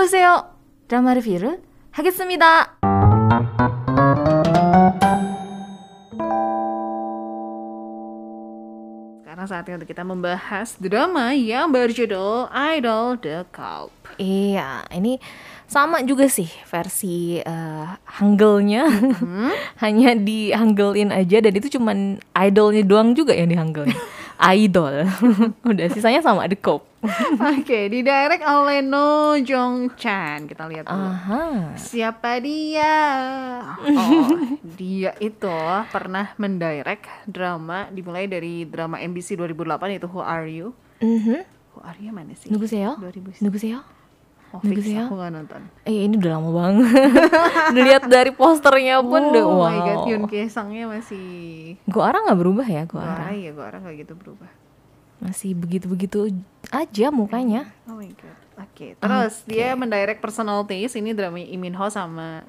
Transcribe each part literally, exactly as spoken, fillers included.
어서오세요. 드라마 리뷰를 하겠습니다. Sekarang saatnya untuk kita membahas drama yang berjudul Idol the Cult. Iya, ini sama juga sih versi uh, Hangulnya. Hmm? Hanya di Hangulin aja, dan itu cuman idolnya doang juga yang di Hangulin. Idol. Udah, sisanya sama The Cult. Oke, okay, didirect oleh No Jong Chan. Kita lihat dulu. Aha. Siapa dia? Oh, dia itu pernah mendirect drama dimulai dari drama M B C dua ribu delapan, yaitu Who Are You? Mm-hmm. Who Are You mana sih? 누구세요? dua ribu 누구세요? Oh, fix, 누구세요? aku gak nonton. Eh, ini udah lama banget. Dilihat dari posternya pun oh udah wow. Oh my god, Yoon Kye-sangnya masih Go Ara gak berubah ya? Go Go Ara Ara ya, Go Ara gak gitu berubah. Masih begitu-begitu aja mukanya. Oh my god. Oke, okay. Terus okay. dia mendirect Personal Taste. Ini drama Lee Min Ho sama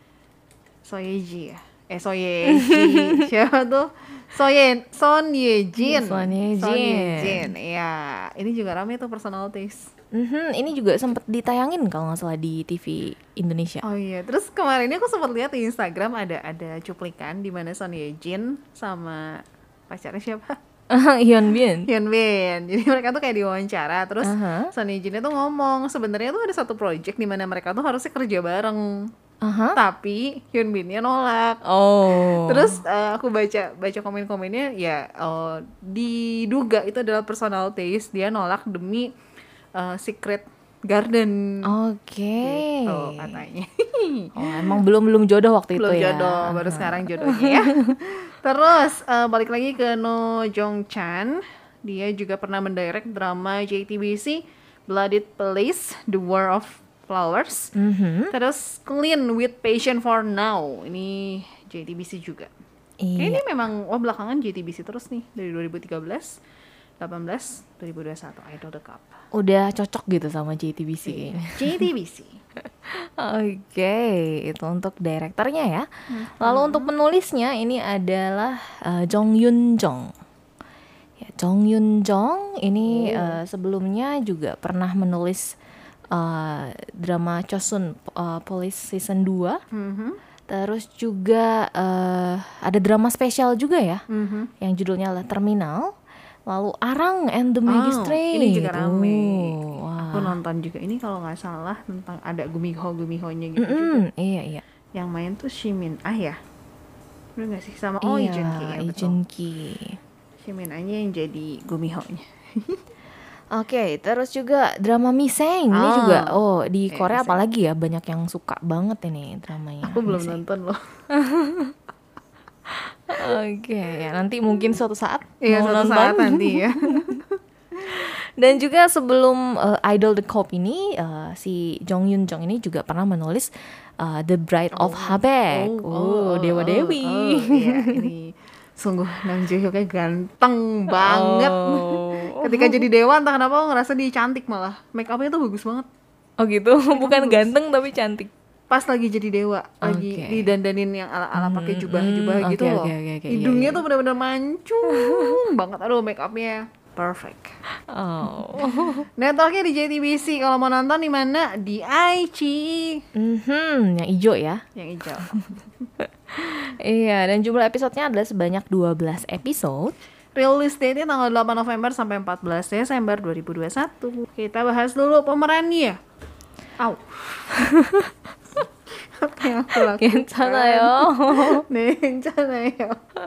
So Ye Ji ya. Eh So Ye Ji. Siapa tuh? So Ye Son Ye Jin. Son Ye Jin. Son Ye Jin. Iya, ini juga rame tuh Personal Taste. Mm-hmm. Ini juga sempat ditayangin kalau nggak salah di T V Indonesia. Oh iya, terus kemarin ini aku sempat lihat di Instagram ada ada cuplikan di mana Son Ye Jin sama pacarnya siapa? Hyun Bin. Hyun Bin. Jadi mereka tuh kayak diwawancara, terus uh-huh. Son Ye Jin itu ngomong sebenarnya tuh ada satu project di mana mereka tuh harusnya kerja bareng. Uh-huh. Tapi Hyun Bin-nya nolak. Oh. Terus uh, aku baca baca komen-komennya ya uh, diduga itu adalah Personal Taste, dia nolak demi uh, Secret Garden. Oke. Okay. Gitu katanya. Oh, emang belum belum jodoh waktu belum itu ya. Belum jodoh, baru uh-huh. sekarang jodohnya ya. Terus uh, balik lagi ke No Jong Chan. Dia juga pernah mendirect drama J T B C Blooded Police, The War of Flowers. Mm-hmm. Terus Clean with Passion for Now. Ini J T B C juga. Iya. Ini memang oh belakangan J T B C terus nih dari dua ribu tiga belas, delapan belas, dua ribu dua puluh satu Idol the Cup. Udah cocok gitu sama J T B C. Iya. J T B C. Oke, okay, itu untuk direkturnya ya. Mm-hmm. Lalu untuk penulisnya ini adalah uh, Jong Yun Jong. Ya, Jong Yun Jong ini oh. uh, sebelumnya juga pernah menulis Uh, drama Chosun uh, Police Season dua. Mm-hmm. Terus juga uh, ada drama spesial juga ya, mm-hmm. yang judulnya adalah Terminal. Lalu Arang and the Magistrate. Oh, ini juga rame. Oh, wow. Aku nonton juga ini kalau nggak salah tentang ada Gumiho Gumihonya gitu mm-hmm. juga. Iya iya. Yang main tuh Shimin Ah ya, bener nggak sih sama oh iya, Lee Jun Ki ya, Lee Jun Ki. Shimin Ah-nya yang jadi Gumihonya. Oke, okay, terus juga drama Miseng. Ini oh. juga, oh di eh, Korea Miseng. Apalagi ya, banyak yang suka banget ini dramanya. Aku belum Miseng. nonton loh. Oke, okay, ya nanti mungkin suatu saat Iya, mau suatu nonton. saat nanti ya. Dan juga sebelum uh, Idol the Cop ini, uh, si Jong Yun Jong ini juga pernah menulis uh, The Bride oh. of Habaek. Oh, oh, oh, Dewa Dewi. Oh, oh, iya, ini sungguh Nam Jae Hyuknya ganteng banget. Oh. Ketika jadi dewa entah kenapa aku ngerasa dia cantik malah. Make up-nya tuh bagus banget. Oh gitu, bukan bagus. Ganteng tapi cantik. Pas lagi jadi dewa, lagi okay. didandanin yang ala-ala pakai jubah-jubah hmm, gitu okay, loh. Okay, okay, okay, Hidungnya iya, iya. tuh benar-benar mancung banget. Aduh, make up-nya perfect. Oh. Networknya di J T B C. Kalau mau nonton di mana? Di I G. Mm-hmm, yang hijau ya. Yang hijau. Iya, dan jumlah episodenya adalah sebanyak dua belas episode. Release date-nya tanggal delapan November sampai empat belas Desember dua ribu dua puluh satu. Kita bahas dulu pemerannya. Au. Apa yang aku lakukan? 괜찮아요. 네, 괜찮아요.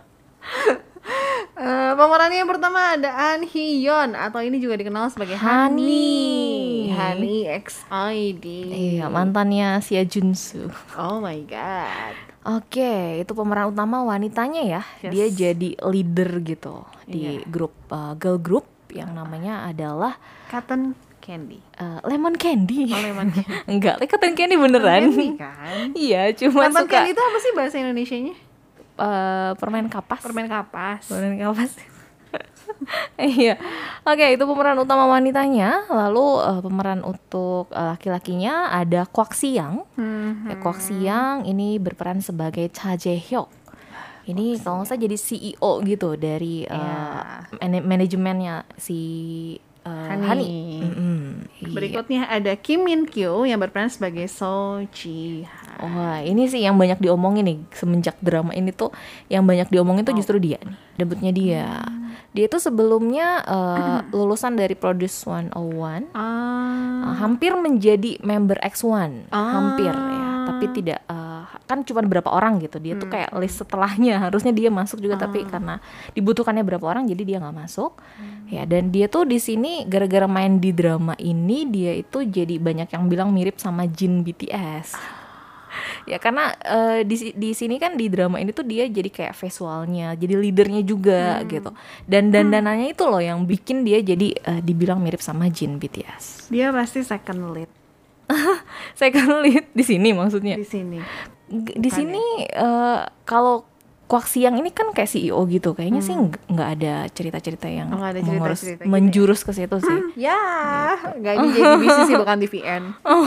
Uh, pemerannya yang pertama ada An Hee Yeon atau ini juga dikenal sebagai Hani. Hani X I D. Iya, mantannya Sia Junsu. Oh my god. Oke, itu pemeran utama wanitanya ya. Yes. Dia jadi leader gitu di yeah. grup uh, girl group yang namanya adalah Cotton Candy. Uh, lemon Candy. Oh, Lemon Candy. Enggak, Cotton Candy beneran. Candy kan? Iya, cuma Cotton suka. Candy itu apa sih bahasa Indonesianya? Uh, permen kapas. Permen kapas. Permen kapas. Iya. Oke, itu pemeran utama wanitanya. Lalu uh, pemeran untuk uh, laki-lakinya ada Kwak Siyang. Mm-hmm. Ya, Kwak Siyang ini berperan sebagai Cha Jae-hyuk. Ini Kwak kalau nggak salah jadi C E O gitu dari uh, yeah. man- manajemennya si uh, Hani. Hani. Mm-hmm. Iya. Berikutnya ada Kim Min Kyo yang berperan sebagai So Ji Han. Wah, ini sih yang banyak diomongin nih semenjak drama ini tuh, yang banyak diomongin tuh justru dia nih, debutnya dia. Dia tuh sebelumnya uh, lulusan dari Produce seratus satu, Ah, uh, hampir menjadi member X satu, Ah. hampir ya, tapi tidak uh, kan cuma berapa orang gitu. Dia tuh kayak list setelahnya harusnya dia masuk juga, tapi karena dibutuhkannya berapa orang jadi dia nggak masuk. Ya, dan dia tuh di sini gara-gara main di drama ini dia itu jadi banyak yang bilang mirip sama Jin B T S. Ya karena uh, di di sini kan di drama ini tuh dia jadi kayak visualnya, jadi leadernya juga gitu. Dan dandanannya itu loh yang bikin dia jadi uh, dibilang mirip sama Jin B T S. dia pasti second lead Second lead di sini maksudnya. di sini. G- Di sini uh, kalau Kwak Siang ini kan kayak C E O gitu, kayaknya sih nggak nggak ada cerita-cerita yang Oh, nggak ada mengurus- cerita-cerita gitu ya? menjurus ke situ sih. Ya, nggak ini jadi bisnis sih bukan T V N.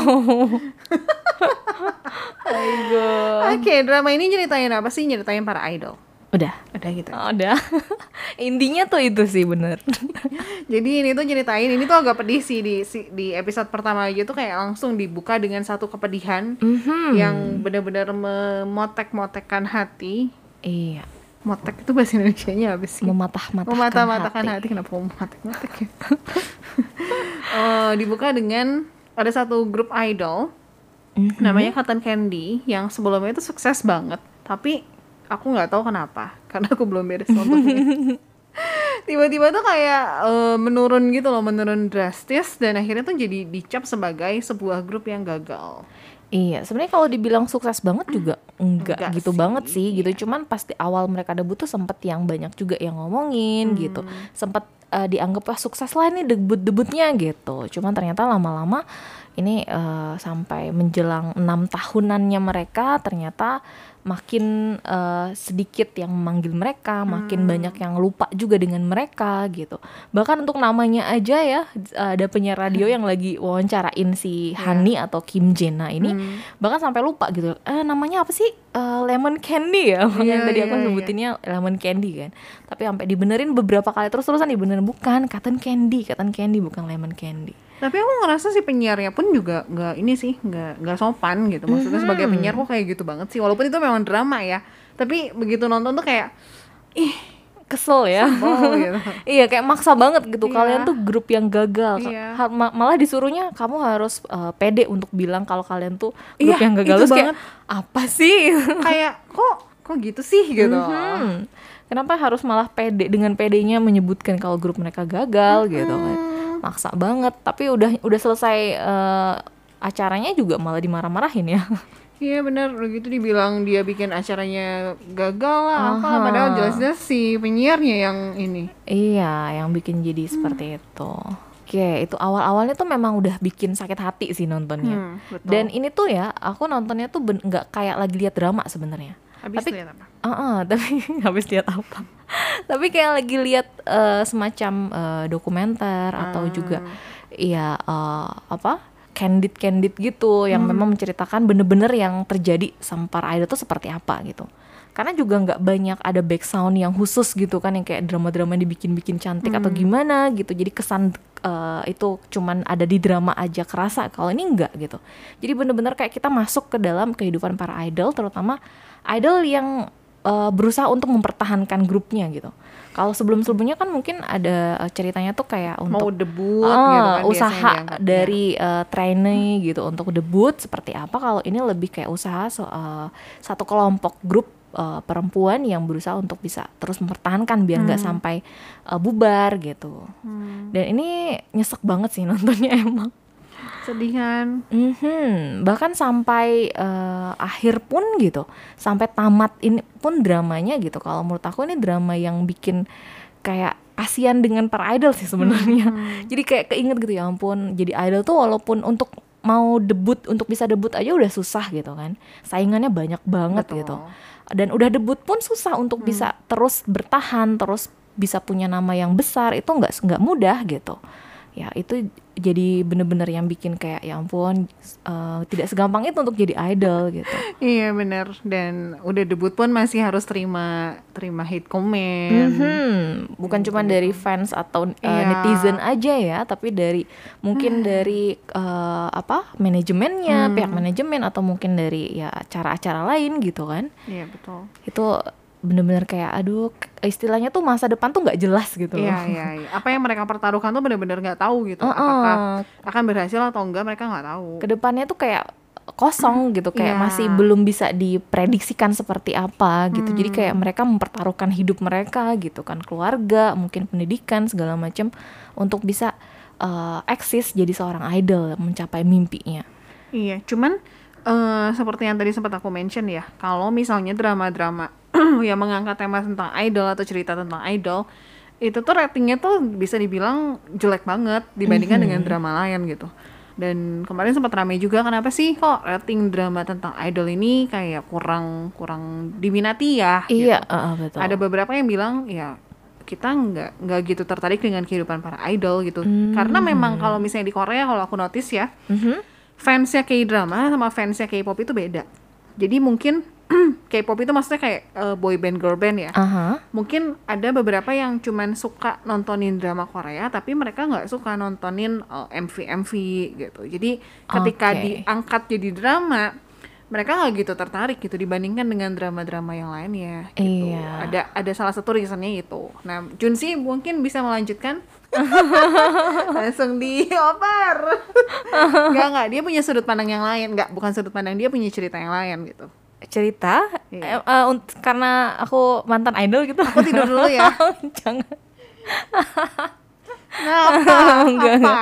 Oke, drama ini nyeritain apa sih? Nyeritain para idol. Udah, Udah gitu. udah. Intinya tuh itu sih bener. Jadi ini tuh nyeritain, ini tuh agak pedih sih di si- di episode pertama aja tuh kayak langsung dibuka dengan satu kepedihan yang benar-benar memotek-motekkan hati. Iya, Motek itu bahasa Indonesianya apa sih? mematah-matahkan Mematah-matahkan hati. hati. Kenapa mau motek-motek ya? Eh, dibuka dengan ada satu grup idol namanya Cotton Candy yang sebelumnya itu sukses banget, tapi aku nggak tahu kenapa karena aku belum beres nontonnya. Tiba-tiba tuh kayak eh, menurun gitu loh, menurun drastis, dan akhirnya tuh jadi dicap sebagai sebuah grup yang gagal. Iya, sebenarnya kalau dibilang sukses banget juga enggak, Enggak gitu sih, banget sih gitu. Cuman pas di awal mereka debut tuh sempet yang banyak juga yang ngomongin gitu. Sempet eh, dianggap wah sukses lah ini debut-debutnya gitu. Cuman ternyata lama-lama ini eh, sampai menjelang enam tahunannya mereka ternyata makin eh, sedikit yang memanggil mereka, makin banyak yang lupa juga dengan mereka gitu. Bahkan untuk namanya aja ya, ada penyiar radio yang lagi wawancarain si Hani atau Kim Jena ini, bahkan sampai lupa gitu. Eh namanya apa sih? Eh, Lemon Candy ya, makanya Iya, tadi aku iya, sebutinnya Lemon Candy kan. Tapi sampai dibenerin beberapa kali terus-terusan dibenerin, bukan Cotton Candy, Cotton Candy bukan Lemon Candy. Tapi aku ngerasa si penyiarnya pun juga nggak ini sih, nggak nggak sopan gitu. Maksudnya sebagai penyiar kok kayak gitu banget sih. Walaupun itu memang drama ya, tapi begitu nonton tuh kayak ih Kesel ya. mau gitu. Iya kayak maksa banget gitu. Iya. Kalian tuh grup yang gagal. Iya. Ha- ma- malah disuruhnya kamu harus uh, pede untuk bilang kalau kalian tuh grup Iya, yang gagal. itu Terus kayak banget. apa sih? Kayak kok kok gitu sih gitu. Hmm. Kenapa harus malah pede dengan pedenya menyebutkan kalau grup mereka gagal gitu kan? Maksa banget. Tapi udah udah selesai uh, acaranya juga malah dimarah-marahin ya. Iya benar, udah gitu dibilang dia bikin acaranya gagal lah apa, Aha. padahal jelas-jelas si penyiarnya yang ini. Iya, yang bikin jadi seperti itu. Oke, itu awal-awalnya tuh memang udah bikin sakit hati sih nontonnya. Hmm, betul. Dan ini tuh ya, aku nontonnya tuh ben- nggak kayak lagi lihat drama sebenarnya. Habis tapi- lihat apa? Heeh, tapi habis lihat apa? Tapi kayak lagi lihat eh, semacam eh, dokumenter atau juga ya eh, apa? Candid-candid gitu yang memang menceritakan bener-bener yang terjadi sama para idol tuh seperti apa gitu. Karena juga nggak banyak ada back sound yang khusus gitu kan, yang kayak drama-drama dibikin-bikin cantik atau gimana gitu. Jadi kesan eh, itu cuman ada di drama aja kerasa. Kalau ini enggak gitu. Jadi bener-bener kayak kita masuk ke dalam kehidupan para idol, terutama idol yang eh, berusaha untuk mempertahankan grupnya gitu. Kalau sebelum-sebelumnya kan mungkin ada eh, ceritanya tuh kayak Mau untuk debut ah, gitu kan biasanya usaha dianggapnya. dari eh, trainee gitu untuk debut seperti apa. Kalau ini lebih kayak usaha so, eh, satu kelompok grup eh, perempuan yang berusaha untuk bisa terus mempertahankan biar nggak sampai eh, bubar gitu. Dan ini nyesek banget sih nontonnya emang. Sedih kan? Mhm, bahkan sampai eh, akhir pun gitu, sampai tamat ini pun dramanya gitu. Kalau menurut aku ini drama yang bikin kayak kasihan dengan para idol sih sebenarnya. Jadi kayak keinget gitu, ya ampun, jadi idol tuh walaupun untuk mau debut, untuk bisa debut aja udah susah gitu kan. Saingannya banyak banget Betul. gitu. Dan udah debut pun susah untuk bisa terus bertahan, terus bisa punya nama yang besar, itu nggak nggak mudah gitu. Ya itu jadi bener-bener yang bikin kayak ya ampun, uh, tidak segampang itu untuk jadi idol gitu. Iya benar, dan udah debut pun masih harus terima terima hate comment. Mm-hmm. Bukan gitu, cuma gitu. dari fans atau uh, Iya. netizen aja ya, tapi dari mungkin dari uh, apa manajemennya, Hmm. pihak manajemen atau mungkin dari ya acara-acara lain gitu kan. Iya betul. Itu bener-bener kayak aduh, istilahnya tuh masa depan tuh nggak jelas gitu loh. Iya iya. iya. Apa yang mereka pertaruhkan tuh benar-benar nggak tahu gitu. Uh-uh. Apakah akan berhasil atau enggak, mereka nggak tahu. Kedepannya tuh kayak kosong gitu, kayak Iya. masih belum bisa diprediksikan seperti apa gitu. Hmm. Jadi kayak mereka mempertaruhkan hidup mereka gitu kan, keluarga, mungkin pendidikan segala macam untuk bisa uh, eksis jadi seorang idol, mencapai mimpinya. Iya, cuman uh, seperti yang tadi sempat aku mention ya, kalau misalnya drama-drama yang mengangkat tema tentang idol atau cerita tentang idol, itu tuh ratingnya tuh bisa dibilang jelek banget dibandingkan Mhm. dengan drama lain gitu. Dan kemarin sempat ramai juga, kenapa sih kok rating drama tentang idol ini kayak kurang kurang diminati ya? Iya, gitu. uh, betul. Ada beberapa yang bilang ya kita nggak nggak gitu tertarik dengan kehidupan para idol gitu, Hmm. karena memang kalau misalnya di Korea, kalau aku notice ya, Mhm. fansnya K-drama sama fansnya K-pop itu beda. Jadi mungkin K-pop itu maksudnya kayak uh, boy band, girl band ya. Aha. Mungkin ada beberapa yang cuman suka nontonin drama Korea, tapi mereka nggak suka nontonin uh, M V M V gitu. Jadi ketika Oke. diangkat jadi drama, mereka nggak gitu tertarik gitu dibandingkan dengan drama-drama yang lainnya gitu. Iya. Ada ada salah satu reasonnya itu. Nah, Junsi mungkin bisa melanjutkan. Langsung dioper. Nggak nggak, dia punya sudut pandang yang lain. Nggak, bukan sudut pandang, dia punya cerita yang lain gitu. Cerita Iya. eh, uh, unt- karena aku mantan idol gitu. Aku tidur dulu ya. Jangan. Nah, apa? Enggak, apa?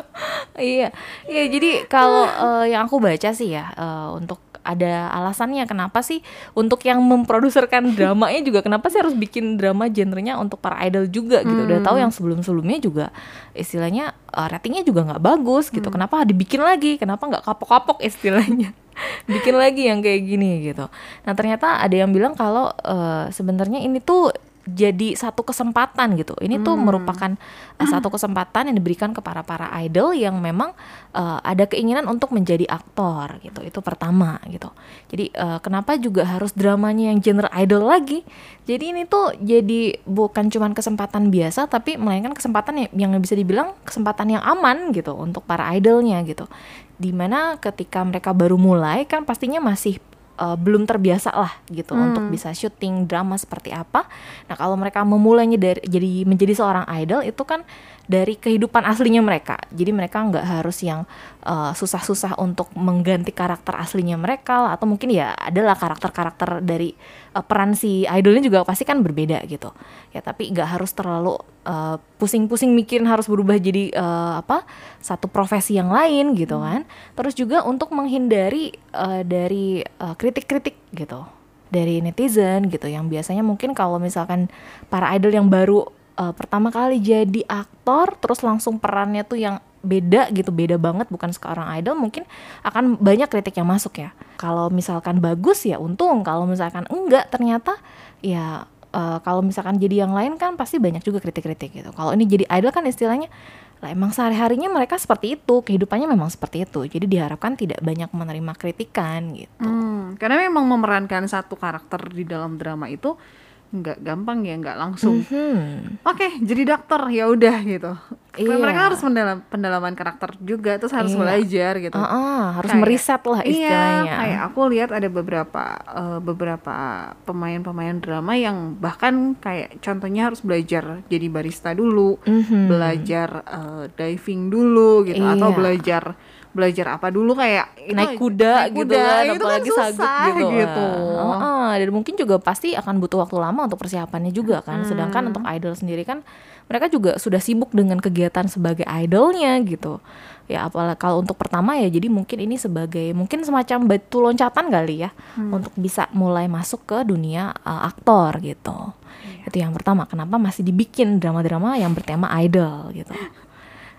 Iya, iya. Jadi kalau eh, yang aku baca sih ya, eh, untuk ada alasannya kenapa sih untuk yang memproduserkan dramanya juga kenapa sih harus bikin drama genrenya untuk para idol juga gitu. Udah tahu yang sebelum-sebelumnya juga istilahnya eh, ratingnya juga nggak bagus gitu. Kenapa dibikin lagi? Kenapa nggak kapok-kapok istilahnya? Bikin lagi yang kayak gini gitu. Nah ternyata ada yang bilang kalau eh, sebenarnya ini tuh jadi satu kesempatan gitu. Ini tuh merupakan uh, satu kesempatan yang diberikan kepada para idol yang memang uh, ada keinginan untuk menjadi aktor gitu. Itu pertama gitu. Jadi uh, kenapa juga harus dramanya yang genre idol lagi? Jadi ini tuh jadi bukan cuman kesempatan biasa, tapi melainkan kesempatan yang, yang bisa dibilang kesempatan yang aman gitu untuk para idolnya gitu. Dimana ketika mereka baru mulai kan pastinya masih Uh, belum terbiasa lah gitu Hmm. untuk bisa syuting drama seperti apa. Nah kalau mereka memulainya dari jadi menjadi seorang idol itu kan dari kehidupan aslinya mereka. Jadi mereka nggak harus yang uh, susah-susah untuk mengganti karakter aslinya mereka lah. Atau mungkin ya adalah karakter-karakter dari uh, peran si idolnya juga pasti kan berbeda gitu. Ya tapi nggak harus terlalu uh, pusing-pusing mikirin harus berubah jadi uh, apa satu profesi yang lain gitu kan. Terus juga untuk menghindari uh, dari uh, kritik-kritik gitu dari netizen gitu yang biasanya mungkin kalau misalkan para idol yang baru uh, pertama kali jadi aktor terus langsung perannya tuh yang beda gitu, beda banget bukan seorang idol, mungkin akan banyak kritik yang masuk ya. Kalau misalkan bagus ya untung, kalau misalkan enggak ternyata ya uh, kalau misalkan jadi yang lain kan pasti banyak juga kritik-kritik gitu. Kalau ini jadi idol kan istilahnya lah emang sehari-harinya mereka seperti itu, kehidupannya memang seperti itu. Jadi diharapkan tidak banyak menerima kritikan gitu. Hmm, karena memang memerankan satu karakter di dalam drama itu nggak gampang ya, nggak langsung. Hmm. Oke, jadi dokter ya udah gitu. Iya. Mereka harus mendalam, pendalaman karakter juga, terus harus Iya. belajar gitu. Ah, ah, harus Kayak- meriset lah istilahnya. Iya, kayak aku lihat ada beberapa eh, beberapa pemain-pemain drama yang bahkan kayak contohnya harus belajar jadi barista dulu, Mhm. belajar eh, diving dulu gitu, atau Iya. belajar belajar apa dulu kayak itu- naik kuda naik gitu kuda, kan, itu apalagi kan sagut susah gitu. gitu. Ah, ah, dan mungkin juga pasti akan butuh waktu lama untuk persiapannya juga kan. Sedangkan untuk idol sendiri kan mereka juga sudah sibuk dengan kegiatan sebagai idolnya gitu. Ya apalagi kalau untuk pertama ya jadi mungkin ini sebagai mungkin semacam batu loncatan kali ya untuk bisa mulai masuk ke dunia uh, aktor gitu. Itu yang pertama, kenapa masih dibikin drama-drama yang bertema idol gitu.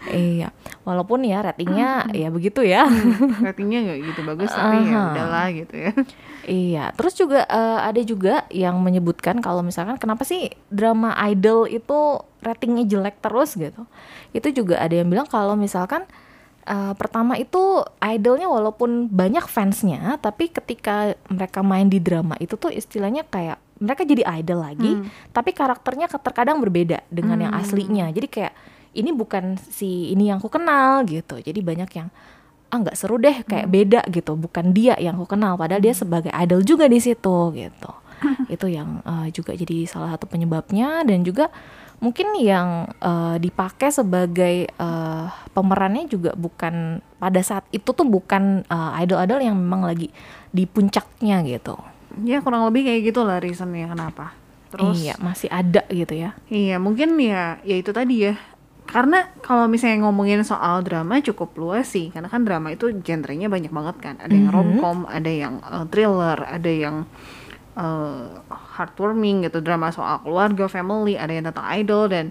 Iya, walaupun ya ratingnya ya begitu ya. Hmm, ratingnya nggak gitu bagus tapi ya Aha. udahlah gitu ya. Iya, terus juga eh, ada juga yang menyebutkan kalau misalkan kenapa sih drama idol itu ratingnya jelek terus gitu. Itu juga ada yang bilang kalau misalkan eh, pertama itu idolnya walaupun banyak fansnya, tapi ketika mereka main di drama itu tuh istilahnya kayak mereka jadi idol lagi, Hmm. tapi karakternya ke- terkadang berbeda dengan yang aslinya. Jadi kayak ini bukan si ini yang aku kenal gitu. Jadi banyak yang ah nggak seru deh, kayak beda gitu, bukan dia yang aku kenal padahal dia sebagai idol juga di situ gitu. Itu yang eh, juga jadi salah satu penyebabnya, dan juga mungkin yang eh, dipakai sebagai eh, pemerannya juga bukan pada saat itu tuh bukan eh, idol-idol yang memang lagi di puncaknya gitu. Ya kurang lebih kayak gitulah reasonnya kenapa. Terus Iya, masih ada gitu ya. iya mungkin ya ya itu tadi ya. Karena kalau misalnya ngomongin soal drama cukup luas sih, karena kan drama itu genrenya banyak banget kan. Ada yang romcom, ada yang uh, thriller, ada yang uh, heartwarming gitu, drama soal keluarga, family, ada yang tentang idol. Dan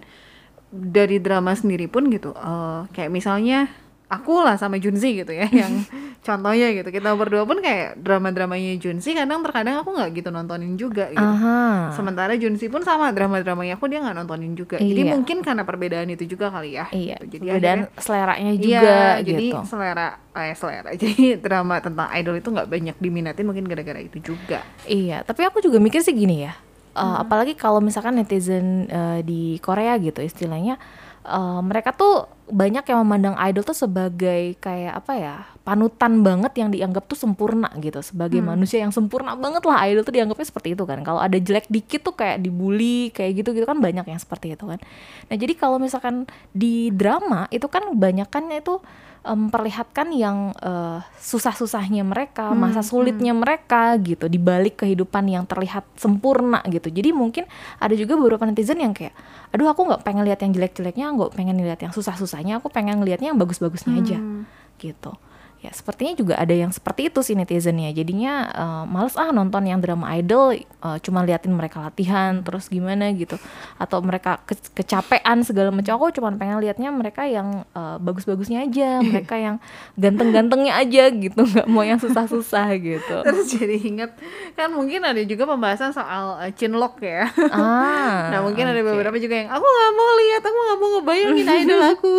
dari drama sendiri pun gitu, uh, kayak misalnya aku lah sama Junzi gitu ya, yang contohnya gitu, kita berdua pun kayak drama-dramanya Junzi kadang terkadang aku nggak gitu nontonin juga gitu. Aha. Sementara Junzi pun sama drama-dramanya aku dia nggak nontonin juga. Jadi Iya. mungkin karena perbedaan itu juga kali ya. Iya, gitu. Jadi dan akhirnya seleranya iya, juga jadi gitu. selera eh selera. Jadi drama tentang idol itu nggak banyak diminatin mungkin gara-gara itu juga. Iya, tapi aku juga mikir sih gini ya, uh, apalagi kalau misalkan netizen uh, di Korea gitu istilahnya, uh, mereka tuh banyak yang memandang idol tuh sebagai kayak apa ya, panutan banget yang dianggap tuh sempurna gitu, sebagai manusia yang sempurna banget lah, idol tuh dianggapnya seperti itu kan. Kalau ada jelek dikit tuh kayak dibully kayak gitu gitu kan, banyak yang seperti itu kan. Nah jadi kalau misalkan di drama itu kan banyakannya itu em, memperlihatkan yang eh, susah-susahnya mereka, masa sulitnya mereka gitu, di balik kehidupan yang terlihat sempurna gitu. Jadi mungkin ada juga beberapa netizen yang kayak, aduh aku nggak pengen lihat yang jelek-jeleknya, nggak pengen lihat yang susah-susahnya, aku pengen ngelihatnya yang bagus-bagusnya aja gitu. Ya sepertinya juga ada yang seperti itu sih netizennya. Jadinya eh, males ah nonton yang drama idol, eh, cuma liatin mereka latihan terus gimana gitu, atau mereka ke- kecapean segala macam. Aku cuma pengen liatnya mereka yang eh, bagus-bagusnya aja, mereka yang ganteng-gantengnya aja gitu, nggak mau yang susah-susah gitu. Terus jadi ingat kan mungkin ada juga pembahasan soal uh, chinlock ya. Ah, Nah mungkin ada oke. beberapa juga yang aku nggak mau lihat, aku nggak mau ngebayangin idol aku.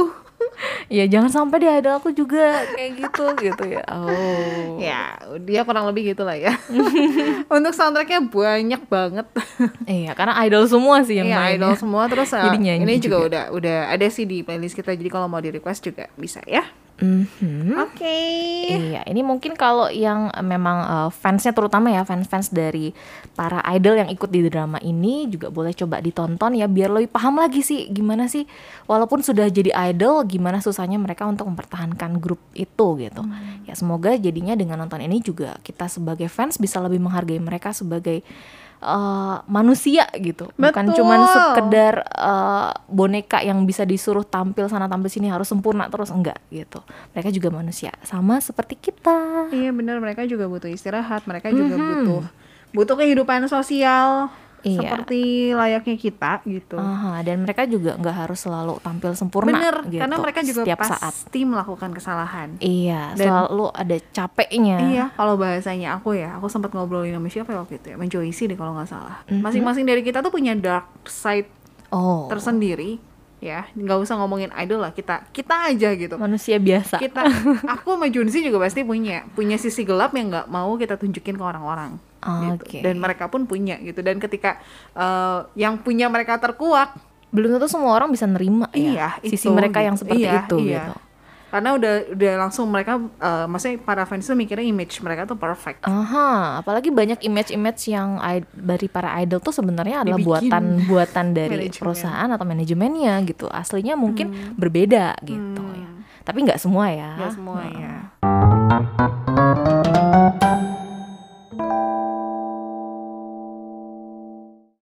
Ya jangan sampai di idol aku juga kayak gitu gitu ya. Oh. Ya dia kurang lebih gitulah ya. Untuk soundtracknya banyak banget. Iya, karena idol semua sih yang Iya mainnya. idol semua. Terus uh, Jadi nyanyi ini juga, juga. udah udah ada sih di playlist kita. Jadi kalau mau di request juga bisa ya. Mhm. Oke. Iya, ini mungkin kalau yang eh, memang eh, fansnya, terutama ya fans-fans dari para idol yang ikut di drama ini, juga boleh coba ditonton ya, biar lebih paham lagi sih gimana sih walaupun sudah jadi idol, gimana susahnya mereka untuk mempertahankan grup itu gitu. Ya semoga jadinya dengan nonton ini juga kita sebagai fans bisa lebih menghargai mereka sebagai eh, manusia gitu, bukan Betul. cuman sekedar eh, boneka yang bisa disuruh tampil sana tampil sini harus sempurna terus, enggak gitu. Mereka juga manusia sama seperti kita. Iya benar, mereka juga butuh istirahat, mereka juga butuh butuh kehidupan sosial Iya. seperti layaknya kita gitu. Aha, dan mereka juga nggak harus selalu tampil sempurna Bener, gitu, karena mereka juga setiap pasti saat. melakukan kesalahan. Iya, Dan- selalu ada capeknya. Iya, kalau bahasanya aku ya, aku sempat ngobrolin sama siapa ya waktu itu ya, sama Joyce deh kalau nggak salah. Masing-masing dari kita tuh punya dark side Oh, tersendiri, ya. Nggak usah ngomongin idol lah, kita kita aja gitu. manusia biasa. Kita, aku sama Junsi juga pasti punya punya sisi gelap yang nggak mau kita tunjukin ke orang-orang. Gitu. Oke. Dan mereka pun punya gitu. Dan ketika uh, yang punya mereka terkuak, Belum tentu semua orang bisa nerima iya, ya sisi itu, mereka gitu. yang seperti Iya, itu iya. gitu. Karena udah udah langsung mereka, uh, maksudnya para fans tuh mikirnya image mereka tuh perfect. Aha, apalagi banyak image-image yang i- dari para idol tuh sebenarnya adalah Dibikin. buatan-buatan dari Manajemen. perusahaan atau manajemennya gitu. Aslinya mungkin berbeda gitu ya. Tapi nggak semua ya. Nggak semua ya.